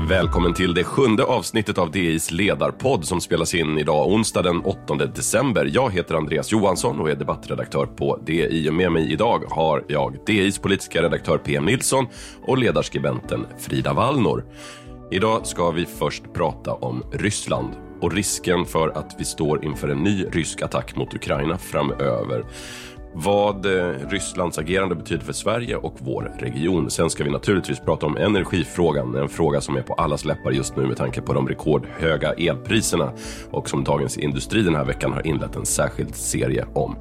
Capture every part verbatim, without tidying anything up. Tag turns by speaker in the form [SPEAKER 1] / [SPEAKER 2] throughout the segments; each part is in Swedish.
[SPEAKER 1] Välkommen till det sjunde avsnittet av D I:s ledarpodd som spelas in idag onsdag den åttonde december. Jag heter Andreas Johansson och är debattredaktör på D I. Med mig idag har jag D I:s politiska redaktör P M Nilsson och ledarskribenten Frida Wallnor. Idag ska vi först prata om Ryssland och risken för att vi står inför en ny rysk attack mot Ukraina framöver. Vad Rysslands agerande betyder för Sverige och vår region. Sen ska vi naturligtvis prata om energifrågan. En fråga som är på allas läppar just nu med tanke på de rekordhöga elpriserna. Och som Dagens Industri den här veckan har inlett en särskild serie om.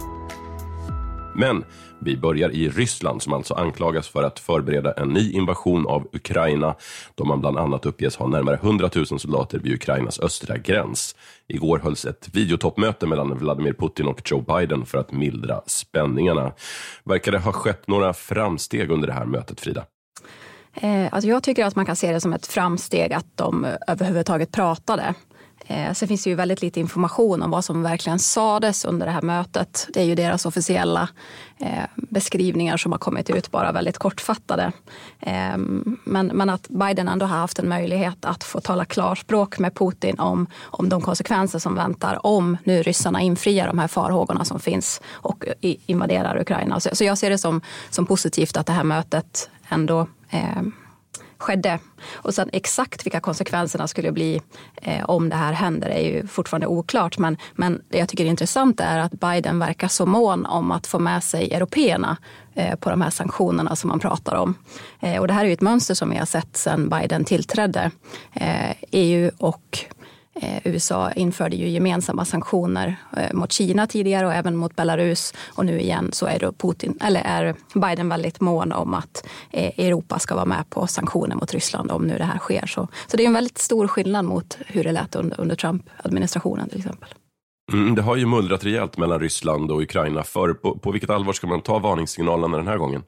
[SPEAKER 1] Men vi börjar i Ryssland som alltså anklagas för att förbereda en ny invasion av Ukraina. Då man bland annat uppges ha närmare hundratusen soldater vid Ukrainas östra gräns. Igår hölls ett videotoppmöte mellan Vladimir Putin och Joe Biden för att mildra spänningarna. Verkar det ha skett några framsteg under det här mötet, Frida?
[SPEAKER 2] Eh, alltså jag tycker att man kan se det som ett framsteg att de överhuvudtaget pratade. Eh, sen finns det ju väldigt lite information om vad som verkligen sades under det här mötet. Det är ju deras officiella eh, beskrivningar som har kommit ut, bara väldigt kortfattade. Eh, men, men att Biden ändå har haft en möjlighet att få tala klarspråk med Putin om, om de konsekvenser som väntar om nu ryssarna infriar de här farhågorna som finns och invaderar Ukraina. Så, så jag ser det som, som positivt att det här mötet ändå eh, skedde. Och sen exakt vilka konsekvenserna skulle bli eh, om det här händer är ju fortfarande oklart. Men, men det jag tycker är intressant är att Biden verkar så mån om att få med sig européerna eh, på de här sanktionerna som man pratar om. Eh, och det här är ju ett mönster som vi har sett sedan Biden tillträdde. Eh, E U och Eh, U S A införde ju gemensamma sanktioner eh, mot Kina tidigare och även mot Belarus. Och nu igen så är, då Putin, eller är Biden väldigt mån om att eh, Europa ska vara med på sanktioner mot Ryssland om nu det här sker. Så, så det är en väldigt stor skillnad mot hur det lät under, under Trump-administrationen till exempel.
[SPEAKER 1] Mm, det har ju mullrat rejält mellan Ryssland och Ukraina. För på, på vilket allvar ska man ta varningssignalerna den här gången?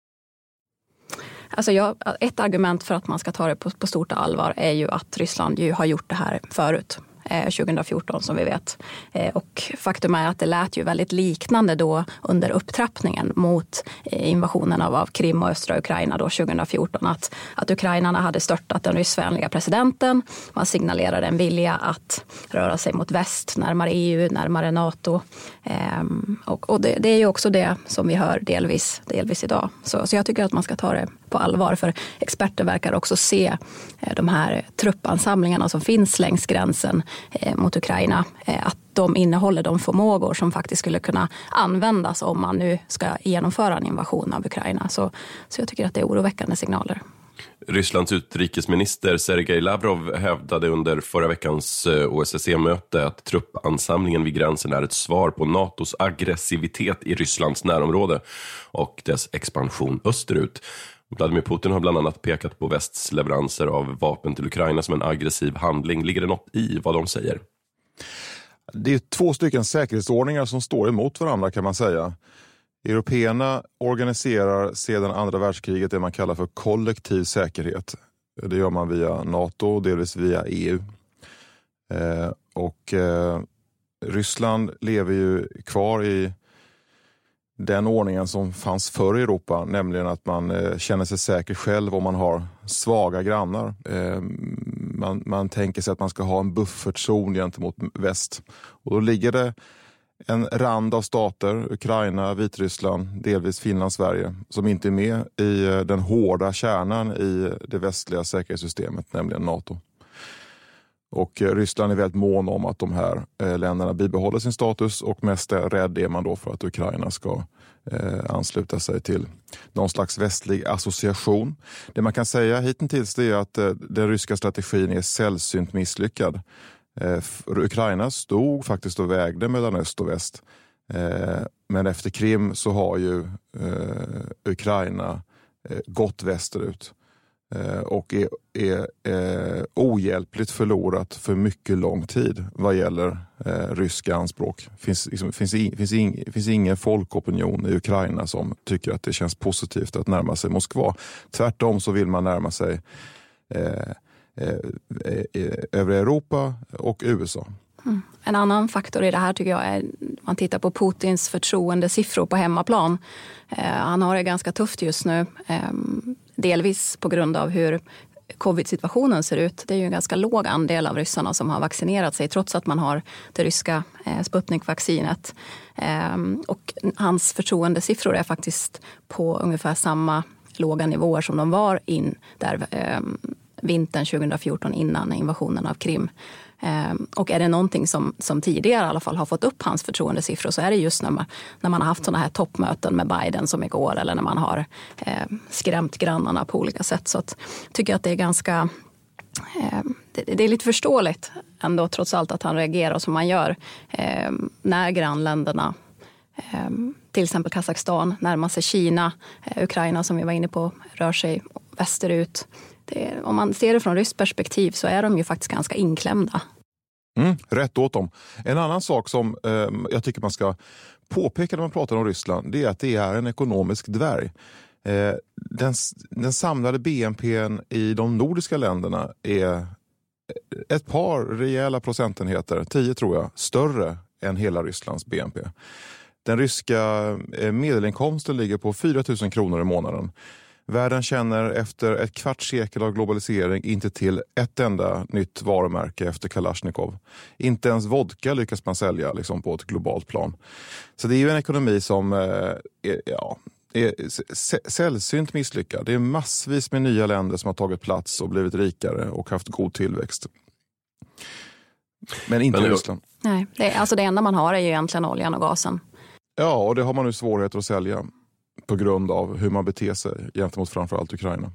[SPEAKER 2] Alltså jag, ett argument för att man ska ta det på, på stort allvar är ju att Ryssland ju har gjort det här förut. tjugo fjorton som vi vet. Och faktum är att det lät ju väldigt liknande då under upptrappningen mot invasionen av, av Krim och östra Ukraina då tjugo fjorton. Att, att ukrainarna hade störtat den ryssvänliga presidenten. Man signalerade en vilja att röra sig mot väst, närmare E U, närmare NATO. Ehm, och och det, det är ju också det som vi hör delvis, delvis idag. Så, så jag tycker att man ska ta det på allvar, för experter verkar också se de här truppansamlingarna som finns längs gränsen mot Ukraina, att de innehåller de förmågor som faktiskt skulle kunna användas om man nu ska genomföra en invasion av Ukraina. Så, så jag tycker att det är oroväckande signaler.
[SPEAKER 1] Rysslands utrikesminister Sergej Lavrov hävdade under förra veckans O S S E-möte att truppansamlingen vid gränsen är ett svar på NATOs aggressivitet i Rysslands närområde och dess expansion österut. Vladimir Putin har bland annat pekat på västs leveranser av vapen till Ukraina som en aggressiv handling. Ligger det något i vad de säger?
[SPEAKER 3] Det är två stycken säkerhetsordningar som står emot varandra, kan man säga. Européerna organiserar sedan andra världskriget det man kallar för kollektiv säkerhet. Det gör man via NATO och delvis via E U. Eh, och eh, Ryssland lever ju kvar i den ordningen som fanns förr i Europa, nämligen att man eh, känner sig säker själv om man har svaga grannar. Eh, man, man tänker sig att man ska ha en buffertzon gentemot väst. Och då ligger det en rand av stater, Ukraina, Vitryssland, delvis Finland, Sverige, som inte är med i eh, den hårda kärnan i det västliga säkerhetssystemet, nämligen NATO. Och eh, Ryssland är väldigt mån om att de här eh, länderna bibehåller sin status, och mest är rädd är man då för att Ukraina ska eh, ansluta sig till någon slags västlig association. Det man kan säga hittills är att eh, den ryska strategin är sällsynt misslyckad. Eh, Ukraina stod faktiskt och vägde mellan öst och väst. Eh, men efter Krim så har ju eh, Ukraina eh, gått västerut. Och är, är, är ohjälpligt förlorat för mycket lång tid vad gäller eh, ryska anspråk. Det finns, liksom, finns, finns, ing, finns ingen folkopinion i Ukraina som tycker att det känns positivt att närma sig Moskva. Tvärtom så vill man närma sig eh, eh, eh, övriga Europa och U S A.
[SPEAKER 2] Mm. En annan faktor i det här tycker jag är, man tittar på Putins förtroendesiffror på hemmaplan. Eh, han har det ganska tufft just nu. Eh, delvis på grund av hur covid-situationen ser ut. Det är ju en ganska låg andel av ryssarna som har vaccinerat sig trots att man har det ryska eh, Sputnik-vaccinet. Eh, och hans förtroendesiffror är faktiskt på ungefär samma låga nivåer som de var in där eh, vintern tjugohundrafjorton innan invasionen av Krim. Eh, och är det någonting som, som tidigare i alla fall har fått upp hans förtroendesiffror så är det just när man, när man har haft sådana här toppmöten med Biden som igår eller när man har eh, skrämt grannarna på olika sätt. Så att, tycker jag att det är ganska eh, det, det är lite förståeligt ändå trots allt att han reagerar som man gör eh, när grannländerna eh, till exempel Kazakstan närmar sig Kina, eh, Ukraina som vi var inne på rör sig västerut. Det, om man ser det från ryskt perspektiv så är de ju faktiskt ganska inklämda.
[SPEAKER 3] Mm, rätt åt dem. En annan sak som eh, jag tycker man ska påpeka när man pratar om Ryssland, det är att det är en ekonomisk dvärg. Eh, den, den samlade B N P:n i de nordiska länderna är ett par rejäla procentenheter, tio tror jag, större än hela Rysslands B N P. Den ryska medelinkomsten ligger på fyra tusen kronor i månaden. Världen känner efter ett kvarts sekel av globalisering inte till ett enda nytt varumärke efter Kalashnikov. Inte ens vodka lyckas man sälja liksom, på ett globalt plan. Så det är ju en ekonomi som eh, är, ja, är sällsynt misslyckad. Det är massvis med nya länder som har tagit plats och blivit rikare och haft god tillväxt. Men inte Men det, Ryssland.
[SPEAKER 2] Nej, det, alltså det enda man har är ju egentligen oljan och gasen.
[SPEAKER 3] Ja, och det har man nu svårigheter att sälja på grund av hur man beter sig gentemot framförallt Ukraina.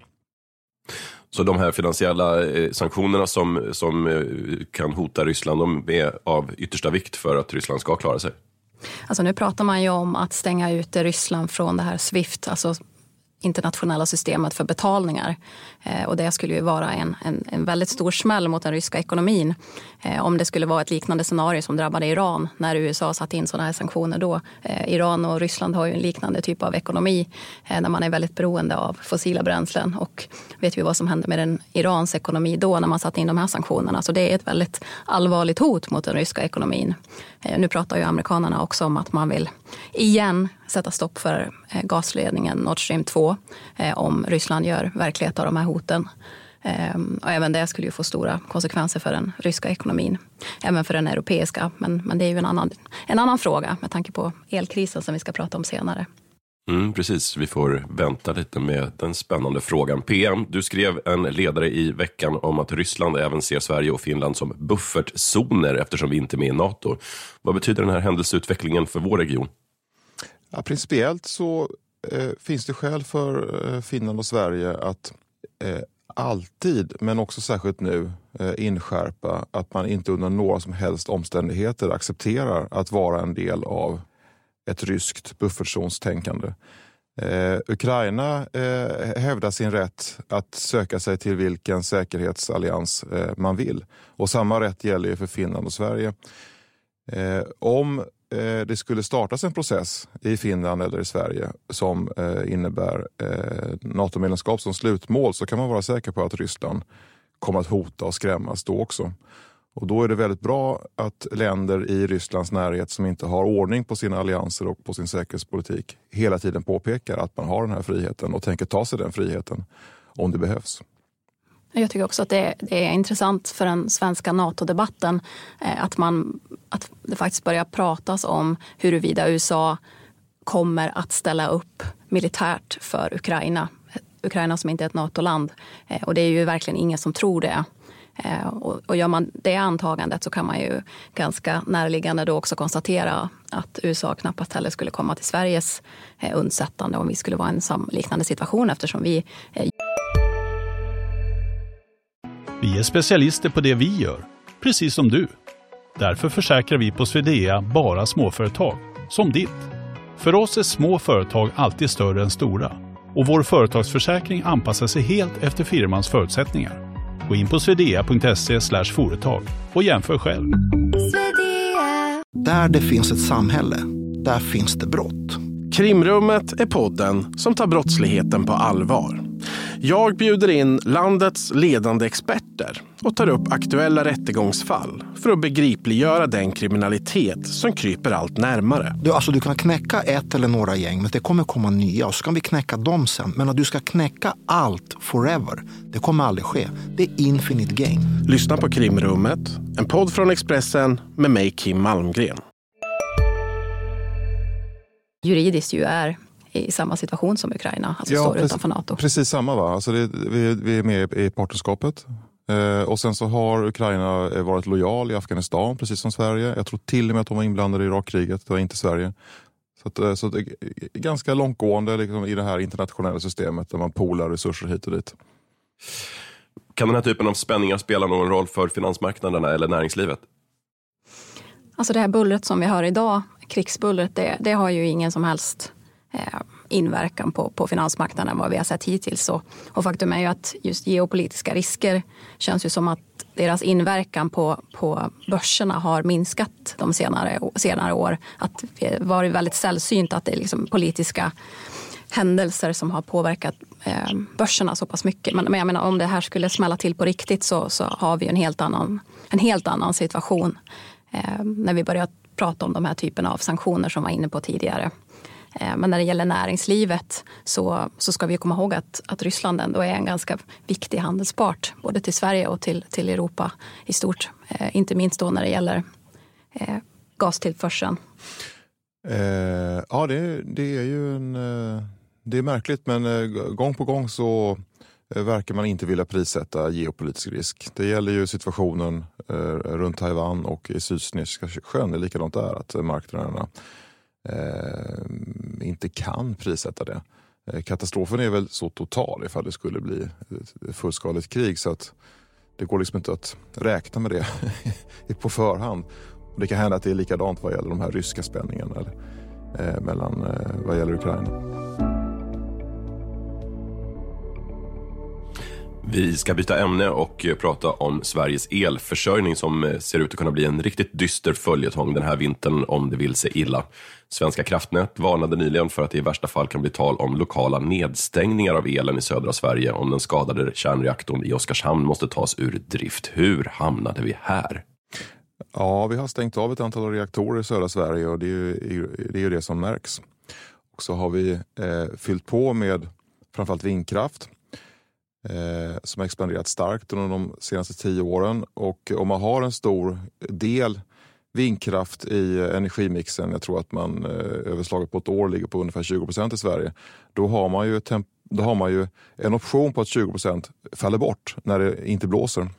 [SPEAKER 1] Så de här finansiella eh, sanktionerna som, som eh, kan hota Ryssland, de är av yttersta vikt för att Ryssland ska klara sig?
[SPEAKER 2] Alltså nu pratar man ju om att stänga ut Ryssland från det här SWIFT, alltså internationella systemet för betalningar. Eh, och det skulle ju vara en, en, en väldigt stor smäll mot den ryska ekonomin. Eh, om det skulle vara ett liknande scenario som drabbade Iran när U S A satt in sådana här sanktioner då. Eh, Iran och Ryssland har ju en liknande typ av ekonomi eh, när man är väldigt beroende av fossila bränslen. Och vet vi vad som hände med den Irans ekonomi då när man satte in de här sanktionerna. Så det är ett väldigt allvarligt hot mot den ryska ekonomin. Eh, nu pratar ju amerikanerna också om att man vill igen sätta stopp för eh, gasledningen Nord Stream två eh, om Ryssland gör verklighet av de här hoten. Eh, och även det skulle ju få stora konsekvenser för den ryska ekonomin. Även för den europeiska. Men, men det är ju en annan, en annan fråga med tanke på elkrisen som vi ska prata om senare.
[SPEAKER 1] Mm, precis, vi får vänta lite med den spännande frågan. P M, du skrev en ledare i veckan om att Ryssland även ser Sverige och Finland som buffertzoner eftersom vi inte är med i NATO. Vad betyder den här händelseutvecklingen för vår region?
[SPEAKER 3] Ja, principiellt så eh, finns det skäl för eh, Finland och Sverige att eh, alltid, men också särskilt nu, eh, inskärpa att man inte under några som helst omständigheter accepterar att vara en del av ett ryskt buffertzonstänkande. Eh, Ukraina eh, hävdar sin rätt att söka sig till vilken säkerhetsallians eh, man vill. Och samma rätt gäller ju för Finland och Sverige. Eh, om eh, det skulle startas en process i Finland eller i Sverige som eh, innebär eh, NATO-medlemskap som slutmål så kan man vara säker på att Ryssland kommer att hota och skrämmas då också. Och då är det väldigt bra att länder i Rysslands närhet som inte har ordning på sina allianser och på sin säkerhetspolitik hela tiden påpekar att man har den här friheten och tänker ta sig den friheten om det behövs.
[SPEAKER 2] Jag tycker också att det är, det är intressant för den svenska NATO-debatten eh, att, man, att det faktiskt börjar pratas om huruvida U S A kommer att ställa upp militärt för Ukraina. Ukraina som inte är ett NATO-land. Eh, och det är ju verkligen ingen som tror det. Eh, och, och gör man det antagandet så kan man ju ganska närliggande då också konstatera att U S A knappast heller skulle komma till Sveriges eh, undsättande om vi skulle vara i en sam- liknande situation eftersom vi eh,
[SPEAKER 4] Vi är specialister på det vi gör, precis som du. Därför försäkrar vi på Swedea bara småföretag, som ditt. För oss är små företag alltid större än stora. Och vår företagsförsäkring anpassar sig helt efter firmans förutsättningar. Gå in på swedea punkt se slash företag och jämför själv.
[SPEAKER 5] Där det finns ett samhälle, där finns det brott.
[SPEAKER 6] Krimrummet är podden som tar brottsligheten på allvar. Jag bjuder in landets ledande experter och tar upp aktuella rättegångsfall för att begripliggöra den kriminalitet som kryper allt närmare.
[SPEAKER 5] Du, alltså, du kan knäcka ett eller några gäng, men det kommer komma nya och så kan vi knäcka dem sen. Men att du ska knäcka allt forever, det kommer aldrig ske. Det är infinite game.
[SPEAKER 6] Lyssna på Krimrummet, en podd från Expressen med mig, Kim Malmgren.
[SPEAKER 2] Juridiskt ju är i samma situation som Ukraina, alltså
[SPEAKER 3] ja,
[SPEAKER 2] står
[SPEAKER 3] precis,
[SPEAKER 2] utanför NATO.
[SPEAKER 3] Precis samma va, alltså det, vi, vi är med i partnerskapet eh, och sen så har Ukraina varit lojal i Afghanistan precis som Sverige. Jag tror till och med att de var inblandade i Irakkriget, det var inte Sverige. Så, att, så det är ganska långtgående liksom, i det här internationella systemet där man polar resurser hit och dit.
[SPEAKER 1] Kan den här typen av spänningar spela någon roll för finansmarknaderna eller näringslivet?
[SPEAKER 2] Alltså det här bullret som vi har idag, krigsbullret, det, det har ju ingen som helst eh, inverkan på, på finansmarknaden vad vi har sett hittills. Och, och faktum är ju att just geopolitiska risker känns ju som att deras inverkan på, på börserna har minskat de senare, senare år. Att det varit väldigt sällsynt att det är liksom politiska händelser som har påverkat eh, börserna så pass mycket. Men, men jag menar, om det här skulle smälla till på riktigt så, så har vi en helt annan, en helt annan situation eh, när vi börjar prata om de här typerna av sanktioner som var inne på tidigare. Eh, men när det gäller näringslivet så, så ska vi komma ihåg att, att Ryssland ändå är en ganska viktig handelspart både till Sverige och till, till Europa i stort. Eh, inte minst då när det gäller eh, gastillförseln.
[SPEAKER 3] Eh, ja, det, det är ju en... Eh... Det är märkligt, men gång på gång så verkar man inte vilja prissätta geopolitisk risk. Det gäller ju situationen runt Taiwan och i Sydkinesiska sjön. Det är likadant där, att marknaderna inte kan prissätta det. Katastrofen är väl så total ifall det skulle bli ett fullskaligt krig, så att det går liksom inte att räkna med det på förhand. Och det kan hända att det är likadant vad gäller de här ryska spänningarna eller, mellan vad gäller Ukraina.
[SPEAKER 1] Vi ska byta ämne och prata om Sveriges elförsörjning som ser ut att kunna bli en riktigt dyster följetong den här vintern om det vill sig illa. Svenska kraftnät varnade nyligen för att det i värsta fall kan bli tal om lokala nedstängningar av elen i södra Sverige om den skadade kärnreaktorn i Oskarshamn måste tas ur drift. Hur hamnade vi här?
[SPEAKER 3] Ja, vi har stängt av ett antal reaktorer i södra Sverige och det är ju det, är ju det som märks. Och så har vi eh, fyllt på med framförallt vindkraft. Eh, som har expanderat starkt under de senaste tio åren, och om man har en stor del vindkraft i energimixen, jag tror att man eh, överslaget på ett år ligger på ungefär tjugo procent i Sverige, då har man ju, temp- då har man ju en option på att tjugo procent faller bort när det inte blåser.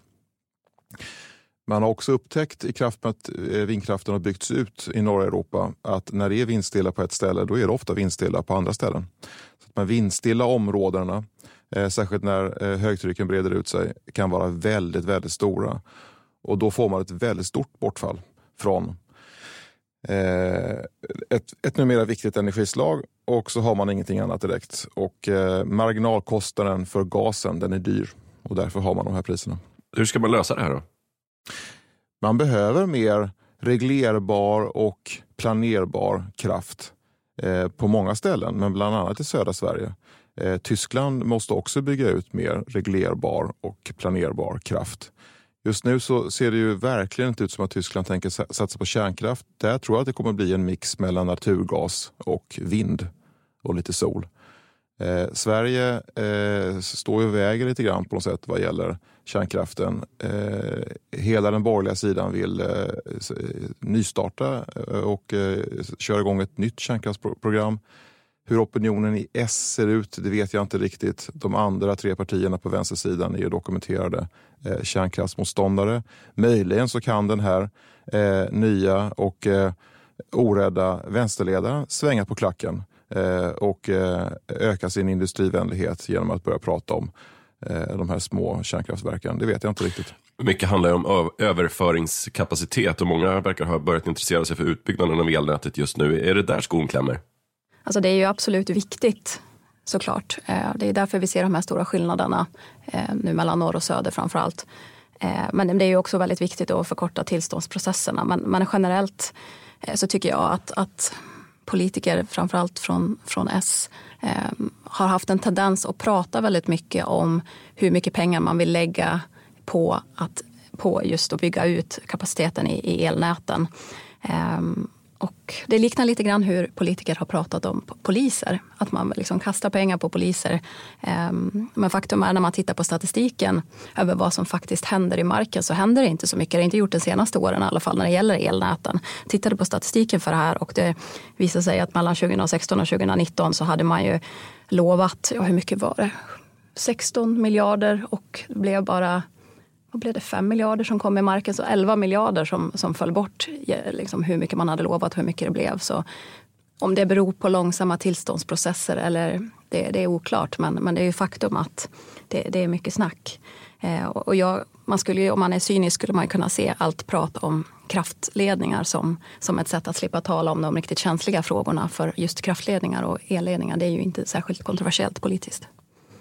[SPEAKER 3] Man har också upptäckt i kraft med att vindkraften har byggts ut i norra Europa att när det är vindstilla på ett ställe, då är det ofta vindstilla på andra ställen. Så att de vindstilla områdena, Eh, särskilt när eh, högtrycken breder ut sig, kan vara väldigt, väldigt stora. Och då får man ett väldigt stort bortfall från eh, ett, ett numera viktigt energislag, och så har man ingenting annat direkt. Och eh, marginalkostnaden för gasen, den är dyr, och därför har man de här priserna.
[SPEAKER 1] Hur ska man lösa det här då?
[SPEAKER 3] Man behöver mer reglerbar och planerbar kraft eh, på många ställen, men bland annat i södra Sverige. Eh, Tyskland måste också bygga ut mer reglerbar och planerbar kraft. Just nu så ser det ju verkligen inte ut som att Tyskland tänker satsa på kärnkraft. Där tror jag att det kommer bli en mix mellan naturgas och vind och lite sol. Eh, Sverige eh, står ju och väger lite grann på något sätt vad gäller kärnkraften. Eh, hela den borgerliga sidan vill eh, nystarta och eh, köra igång ett nytt kärnkraftsprogram. Hur opinionen i S ser ut, det vet jag inte riktigt. De andra tre partierna på vänstersidan är ju dokumenterade eh, kärnkraftsmotståndare. Möjligen så kan den här eh, nya och eh, orädda vänsterledaren svänga på klacken eh, och eh, öka sin industrivänlighet genom att börja prata om eh, de här små kärnkraftverken. Det vet jag inte riktigt.
[SPEAKER 1] Mycket handlar om ö- överföringskapacitet och många verkar ha börjat intressera sig för utbyggnaden av elnätet just nu. Är det där skon klämmer?
[SPEAKER 2] Alltså det är ju absolut viktigt såklart. Det är därför vi ser de här stora skillnaderna nu mellan norr och söder framförallt. Men det är ju också väldigt viktigt att förkorta tillståndsprocesserna. Men, men generellt så tycker jag att, att politiker, framförallt från, från S, eh, har haft en tendens att prata väldigt mycket om hur mycket pengar man vill lägga på, att, på just att bygga ut kapaciteten i, i elnäten. Eh, och det liknar lite grann hur politiker har pratat om poliser. Att man liksom kastar pengar på poliser. Men faktum är när man tittar på statistiken över vad som faktiskt händer i marken så händer det inte så mycket. Det har inte gjort de senaste åren i alla fall när det gäller elnäten. Tittade på statistiken för det här och det visar sig att mellan tjugohundrasexton och tjugohundranitton så hade man ju lovat, ja hur mycket var det? sexton miljarder och det blev bara... Vad blev det? fem miljarder som kom i marken, så elva miljarder som, som föll bort. Liksom hur mycket man hade lovat, hur mycket det blev. Så om det beror på långsamma tillståndsprocesser eller det, det är oklart. Men, men det är ju faktum att det, det är mycket snack. Eh, och jag, man skulle ju, om man är cynisk skulle man kunna se allt prat om kraftledningar som, som ett sätt att slippa tala om de riktigt känsliga frågorna. För just kraftledningar och elledningar, det är ju inte särskilt kontroversiellt politiskt.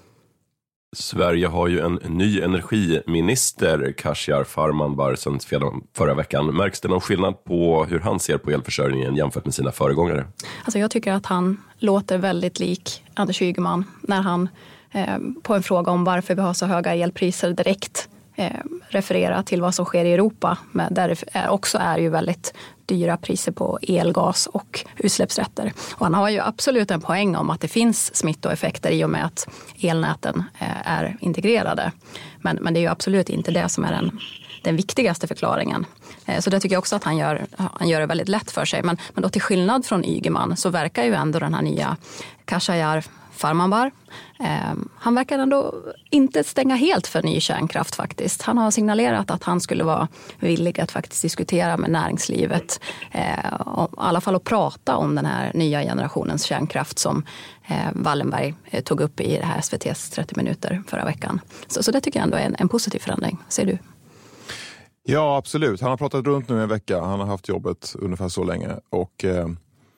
[SPEAKER 1] Sverige har ju en ny energiminister, Khashayar Farmanbar, sedan förra veckan. Märks det någon skillnad på hur han ser på elförsörjningen jämfört med sina föregångare?
[SPEAKER 2] Alltså jag tycker att han låter väldigt lik Anders Ygeman när han eh, på en fråga om varför vi har så höga elpriser direkt eh, refererar till vad som sker i Europa. Men där det också är ju väldigt dyra priser på elgas och utsläppsrätter. Och han har ju absolut en poäng om att det finns smittoeffekter i och med att elnäten är integrerade. Men, men det är ju absolut inte det som är den, den viktigaste förklaringen. Så det tycker jag också att han gör, han gör det väldigt lätt för sig. Men, men då till skillnad från Ygeman så verkar ju ändå den här nya Khashayar Farmanbar. Eh, han verkar ändå inte stänga helt för ny kärnkraft faktiskt. Han har signalerat att han skulle vara villig att faktiskt diskutera med näringslivet. Eh, och, I alla fall att prata om den här nya generationens kärnkraft som eh, Wallenberg eh, tog upp i det här S V T:s trettio minuter förra veckan. Så, så det tycker jag ändå är en, en positiv förändring. Ser du?
[SPEAKER 3] Ja, absolut. Han har pratat runt nu en vecka. Han har haft jobbet ungefär så länge och eh,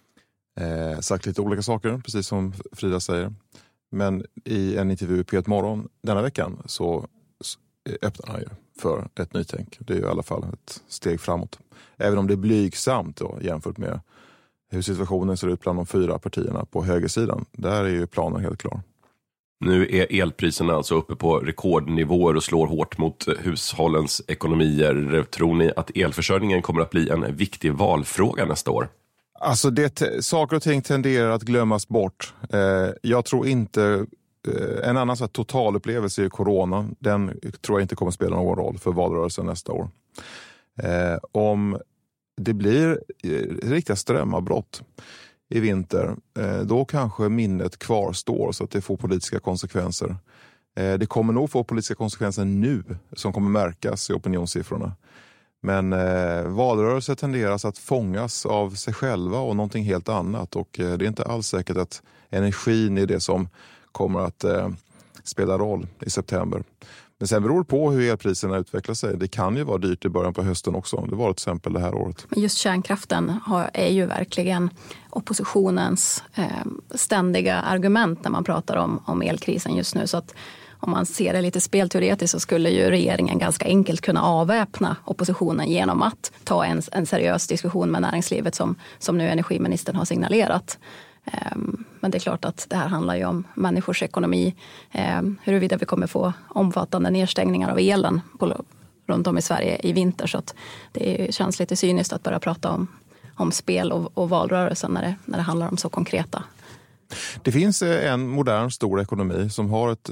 [SPEAKER 3] eh, sagt lite olika saker, precis som Frida säger. Men i en intervju i P ett Morgon denna veckan så öppnar han ju för ett nytänk. Det är ju i alla fall ett steg framåt. Även om det är blygsamt då, jämfört med hur situationen ser ut bland de fyra partierna på högersidan. Där är ju planen helt klar.
[SPEAKER 1] Nu är elpriserna alltså uppe på rekordnivåer och slår hårt mot hushållens ekonomier. Tror ni att elförsörjningen kommer att bli en viktig valfråga nästa år?
[SPEAKER 3] Alltså det, saker och ting tenderar att glömmas bort. Eh, jag tror inte, eh, en annan så här totalupplevelse är corona. Den tror jag inte kommer spela någon roll för valrörelsen nästa år. Eh, om det blir eh, riktiga strömavbrott i vinter, eh, då kanske minnet kvarstår så att det får politiska konsekvenser. Eh, det kommer nog få politiska konsekvenser nu som kommer märkas i opinionssiffrorna. Men eh, valrörelser tenderas att fångas av sig själva och någonting helt annat. Och eh, det är inte alls säkert att energin är det som kommer att eh, spela roll i september. Men sen beror det på hur elpriserna utvecklar sig. Det kan ju vara dyrt i början på hösten också. Det var ett exempel det här året.
[SPEAKER 2] Men just kärnkraften har, är ju verkligen oppositionens eh, ständiga argument när man pratar om, om elkrisen just nu. Så att om man ser det lite spelteoretiskt så skulle ju regeringen ganska enkelt kunna avväpna oppositionen genom att ta en, en seriös diskussion med näringslivet som, som nu energiministern har signalerat. Um, men det är klart att det här handlar ju om människors ekonomi. Um, huruvida vi kommer få omfattande nedstängningar av elen på, runt om i Sverige i vinter. Så att det känns lite cyniskt att börja prata om, om spel och, och valrörelsen när det, när det handlar om så konkreta.
[SPEAKER 3] Det finns en modern stor ekonomi som har ett,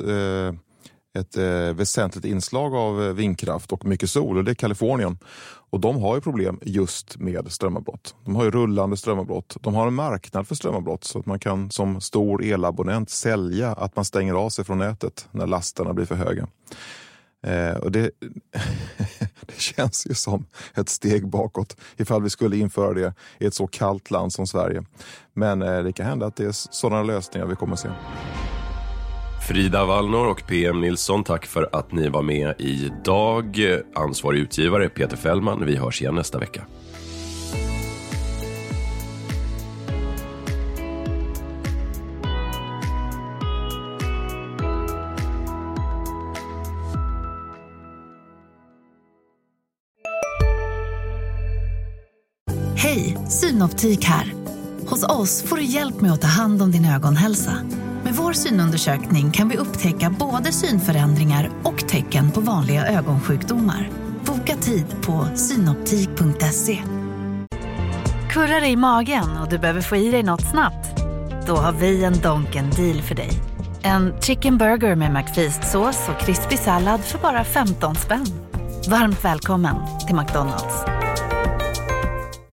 [SPEAKER 3] ett väsentligt inslag av vindkraft och mycket sol, och det är Kalifornien. Och de har ju problem just med strömavbrott. De har ju rullande strömavbrott. De har en marknad för strömavbrott så att man kan som stor elabonnent sälja att man stänger av sig från nätet när lasterna blir för höga. Eh, och det, det känns ju som ett steg bakåt ifall vi skulle införa det i ett så kallt land som Sverige. Men eh, det kan hända att det är sådana lösningar vi kommer att se.
[SPEAKER 1] Frida Wallnor och P M Nilsson, tack för att ni var med idag. Ansvarig utgivare Peter Fällman. Vi hörs igen nästa vecka.
[SPEAKER 7] Hej, Synoptik här. Hos oss får du hjälp med att ta hand om din ögonhälsa. Med vår synundersökning kan vi upptäcka både synförändringar och tecken på vanliga ögonsjukdomar. Boka tid på synoptik punkt se.
[SPEAKER 8] Kurrar i magen och du behöver få i dig något snabbt? Då har vi en Donken deal för dig. En chicken burger med McFeast-sås och krispig sallad för bara femton spänn. Varmt välkommen till McDonald's.